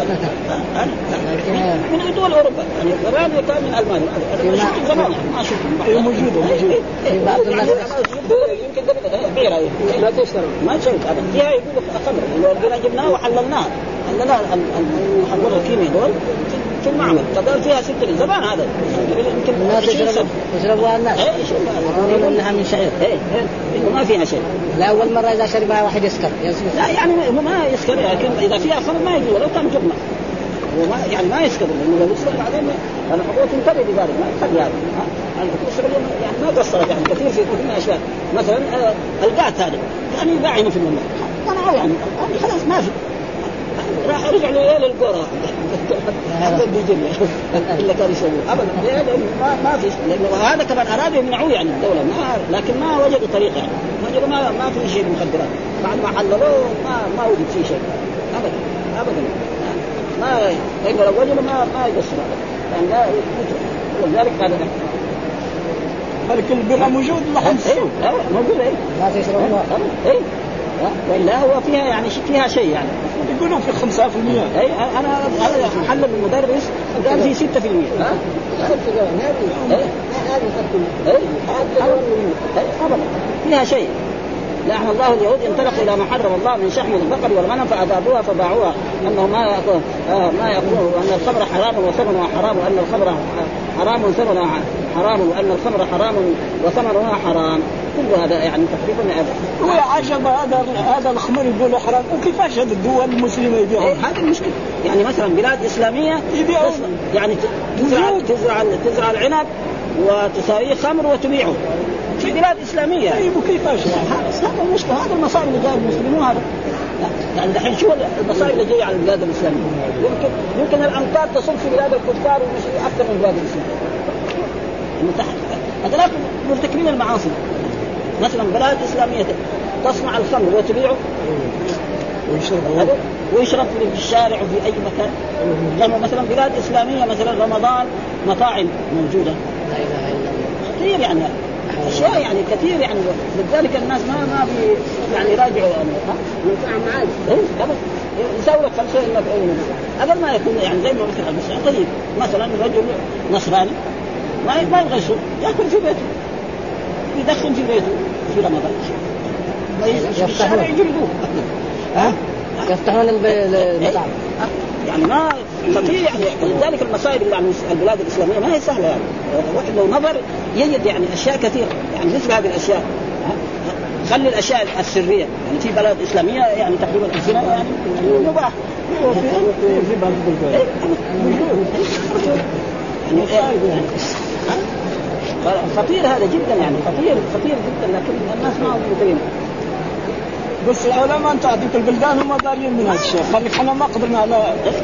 من دول أوروبا يعني كلام كان من ألمانيا أنا شفت زمان ما شفت موجود في بعض الناس يمكن بيرة لا تشتري ما شيء هذا فيها يقول خمر لو جبناه وحللناه عندنا الحمور الكيمياء دول في المعمل فقال فيها 6 زمان هذا يمكن الناس يشربوها الناس يقولون انها من شعير ما فيها شيء. لا اول مره اذا شربها واحد يسكر لا يعني هو ما يسكر لكن اذا فيها خمر ما يجوز لو كان جبنه هو ما يعني ما يسكر لانه لو يسكر بعدين انا حبوت انتبه لذلك ما يخلي هذا يعني ما قصرت يعني كثير في كثير اشياء مثلا القات هذا يعني باعين في المملكه انا يعني خلاص ما في راح ارجع له للقرى هذا بيجي اللي كان يسوي ابدا ما في لانه هذا كمان ارادوا يمنعوه يعني الدوله ما لكن ما وجدوا طريقه يعني وجدوا ما في شيء مخدرات بعد ما حللوه ما وجد فيه شيء ابدا ما لانه لو وجدوا ما يقصر يعني لا ولذلك هذا لكن البيرة موجود موجود ما تشربوها ولا هو فيها يعني فيها شيء يعني يقولون في 5%. انا حلل المدرس قال في 6%. فيها شيء. لعن الله اليهود انطلقوا الى ما حرم الله من شحم البقر والغنم فاذابوها فباعوها انه ما يقولون ان الخمر حرام وثمنها حرام وان الخمر حرام وثمنها حرام وان الخمر حرام وثمنها حرام. كل هذا يعني تقريبا هو عجب هذا الخمر يقولوا حرام، وكيفاش هذه الدول المسلمه يبيعون؟ هذه المشكله. يعني مثلا بلاد اسلاميه يعني تزرع العنب وتساويه خمر وتبيعه في بلاد اسلاميه. طيب وكيفاش؟ هذا المشكله، هذا المصائب اللي جاء المسلمين. هذا يعني دحين شو المصائب اللي جايه على البلاد الاسلاميه؟ يمكن الامطار تصب في بلاد الكفار اكثر من بلاد الاسلام. هذول مرتكبين المعاصي. مثلا بلاد اسلاميه تصنع الخمر وتبيعه ويشرب في الشارع وفي اي مكان. لما مثلا بلاد اسلاميه مثلا رمضان مطاعم موجوده كثير، يعني اشياء يعني كثير، يعني لذلك الناس ما يعني يراجعوا ينفع معاك يسوي لك خمسة إلا بأي مكان. هذا ما يكون يعني زي ما مثل المسلم. طيب مثلا رجل نصراني ما يبغى يصوم، ياكل في بيته، يدخن في بيته في رمضان، يفتحون يفتحون المطاعم. يعني ما خطير. يعني لذلك المصائب اللي عن البلاد الإسلامية ما هي سهلة. يعني الواحد لو نظر يجد يعني أشياء كثيرة. يعني مثل هذه الأشياء خلي الأشياء السرية. يعني في بلاد إسلامية يعني تقريبا الزنا يعني مباح في بعض البلاد خطير هذا جدا، يعني خطير جدا، لكن الناس ما متبين. بس العلماء انت عندك البلدان هم دارين من هذا الشيء، خليك احنا ما قدرنا على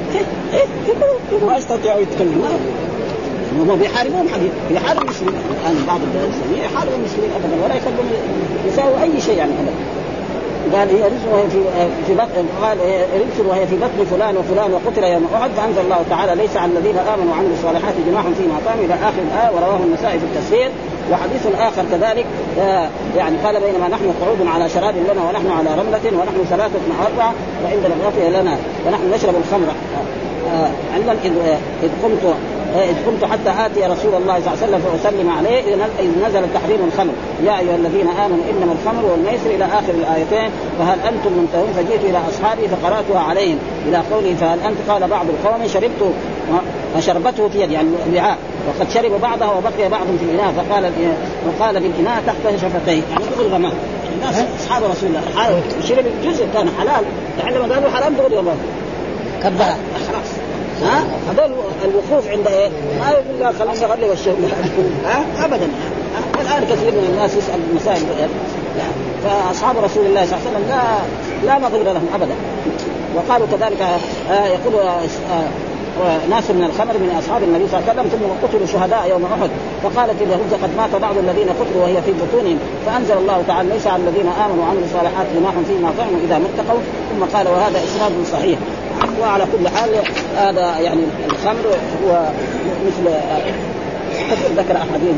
ما يستطيعوا يتكلموا. هم بيحاربون حقيقة، بيحاربوا المسلمين. الآن بعض البلاد الإسلامية يحاربوا المسلمين أبدا ولا يخلون يساووا أي شيء يعني أبدا. قال هي رزق وهي في بطن، قال رزق وهي في بطن فلان وفلان وقتل يوم أحد، فأنزل الله تعالى ليس على الذين آمنوا وعملوا الصالحات جناح فيما أطعموا إلى آخر الآية. ورواه النسائي في التفسير. وحديث آخر كذلك يعني قال بينما نحن قعود على شراب لنا ونحن على رملة ونحن 3 مع 4 وعند الغافية لنا ونحن نشرب الخمر علما إذ قمت حتى آتي رسول الله صلى الله عليه وسلم فأسلم عليه إذ نزل تحريم الخمر يا أيها الذين آمنوا إنما الخمر والميسر إلى آخر الآيتين. فهل أنتم منتهون؟ فجئت إلى أصحابي فقرأتها عليهم إلى قوله فهل أنت؟ قال بعض القوم شربت فشربته في يد يعني الوعاء وقد شرب بعضها وبقي بعض في الإناء فقال بالإناء تحت شفتيه يعني تقول غمام. الناس أصحاب رسول الله شرب الجزء كان حلال، عندما قالوا حرام تقول والله كبها خلاص. هذول الوقوف عند ايه؟ ما يقول لا خلاص غلي والشرب ابدا. الان كثير من الناس يسال المسائل فاصحاب رسول الله صلى الله عليه وسلم لا نظير لهم ابدا. وقالوا كذلك يقول ناس من الخمر من اصحاب النبي صلى الله عليه وسلم ثم قتلوا شهداء يوم احد. فقالت اليهود قد مات بعض الذين قتلوا وهي في بطونهم. فانزل الله تعالى ليس على الذين امنوا وعملوا الصالحات جناح فيما طعموا اذا ما اتقوا. ثم قال وهذا اسناد صحيح. وعلى كل حال هذا يعني الخمر هو مثل كثير ذكر أحاديث.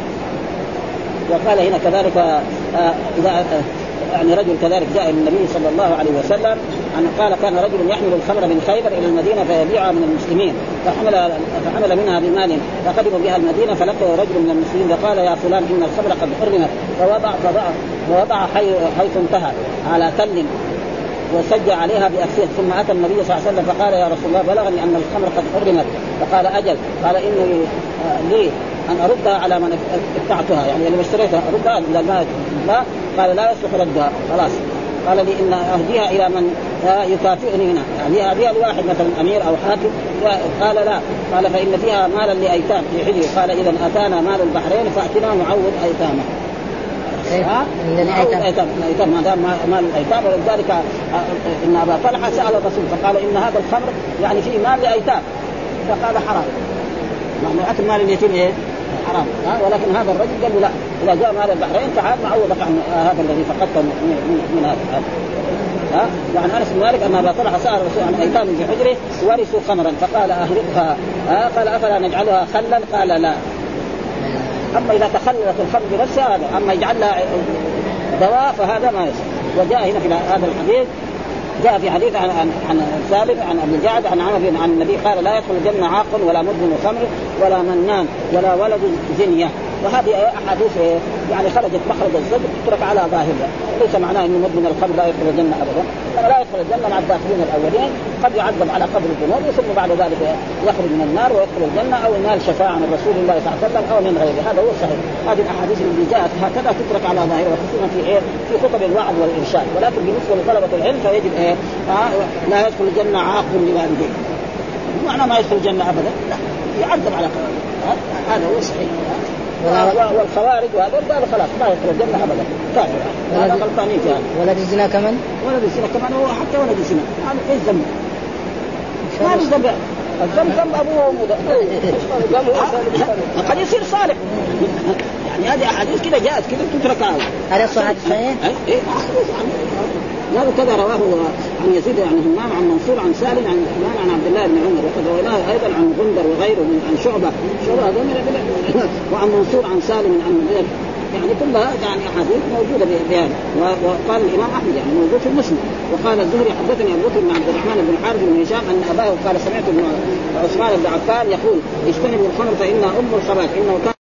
وقال هنا كذلك إذا يعني رجل كذلك جاء النبي صلى الله عليه وسلم قال كان رجل يحمل الخمر من خيبر إلى المدينة فيبيعها من المسلمين فحمل منها بمال فقدم بها المدينة فلقيه رجل من المسلمين فقال يا فلان إن الخمر قد حرمت فوضع حيث انتهى على تل وسجى عليها بأكفيه. ثم أتى النبي صلى الله عليه وسلم فقال يا رسول الله بلغني أن الخمر قد حرمت. فقال أجل. قال إني لي أن أردها على من ابتعتها يعني اللي اشتريتها أردها إلى المال. قال لا يصلح ردها خلاص. قال لي إن أهديها إلى من يكافئني هنا يعني أهديها لواحد مثلا أمير أو حاكم. قال لا. قال فإن فيها مالا لأيتام في حجري. قال إذا أتانا مال البحرين فأتنا نعوض أيتامه. الأيتام ما دام مال الأيتام. ولذلك إن أبا طلحة سأل الرسول فقال إن هذا الخمر يعني فيه مال لأيتام فقال حرام. معنى أكل مال اليتيم إيه؟ حرام. ولكن هذا الرجل قال لا إذا جاء مال البحرين تعال نعوضك عن هذا الذي فقدته من هذا. وعن أنس بن مالك أن أبا طلحة سأل الرسول عن أيتام في حجره ورثوا خمرا فقال أهرقها. قال أفلا نجعلها خلا؟ قال لا. أما إذا تخللت الخمر بنفسها هذا، أما يجعل لها دواء فهذا ما يصح. وجاء هنا في هذا الحديث جاء في حديث عن ثابت عن أبي الجعد عن عمر عن النبي قال لا يدخل الجنة عاق ولا مدمن خمر ولا منان ولا ولد زنية وهذه احاديث يعني خرجت مخرج الزجر تترك على ظاهرها، ليس معناه انه مدمن الخمر لا يدخل الجنه ابدا، لا يدخل الجنه مع الداخلين الاولين، قد يعذب على قدر الذنوب ثم بعد ذلك يخرج من النار ويدخل الجنه او ينال شفاعه من رسول الله صلى الله عليه وسلم او من غيره. هذا هو الصحيح. هذه الاحاديث اللي جاءت هكذا تترك على ظاهرها خصوصا في خطب الوعظ والارشاد، ولكن بالنسبه لطلبه العلم فيجب لا يدخل الجنه عاق لوالديه، معنى ما يدخل الجنه ابدا، لا يعذب على قدر. هذا هو صحيح. والخوارج وهذا قالوا خلاص ما يدخل الجنه ابدا، كافر. هذا غلطانين في هذا. ولد الزنا كمان، ولد الزنا كمان هو حتى ولد الزنا هذا ايش ذنب؟ ما له ذنب، الذنب ابوه وامه قد يصير صالح. يعني هذه احاديث كده جاءت كده تتركها. هذا صحيح صحيح. هذا كذا رواه عن يزيد عن همام عن منصور عن سالم عن فلان عن عبد الله بن عمر، وقد رواه ايضا عن غندر وغيره عن شعبه وعن منصور عن سالم عن مدير، يعني كلها يعني احاديث موجوده بهذا. وقال الامام احمد يعني موجود في المسلم. وقال الزهري حدثني ابو بكر بن عبد الرحمن بن الحارث بن هشام ان اباه قال سمعت ابن عثمان بن عفان يقول اجتنبوا الخمر فانها ام الخبائث، انه كان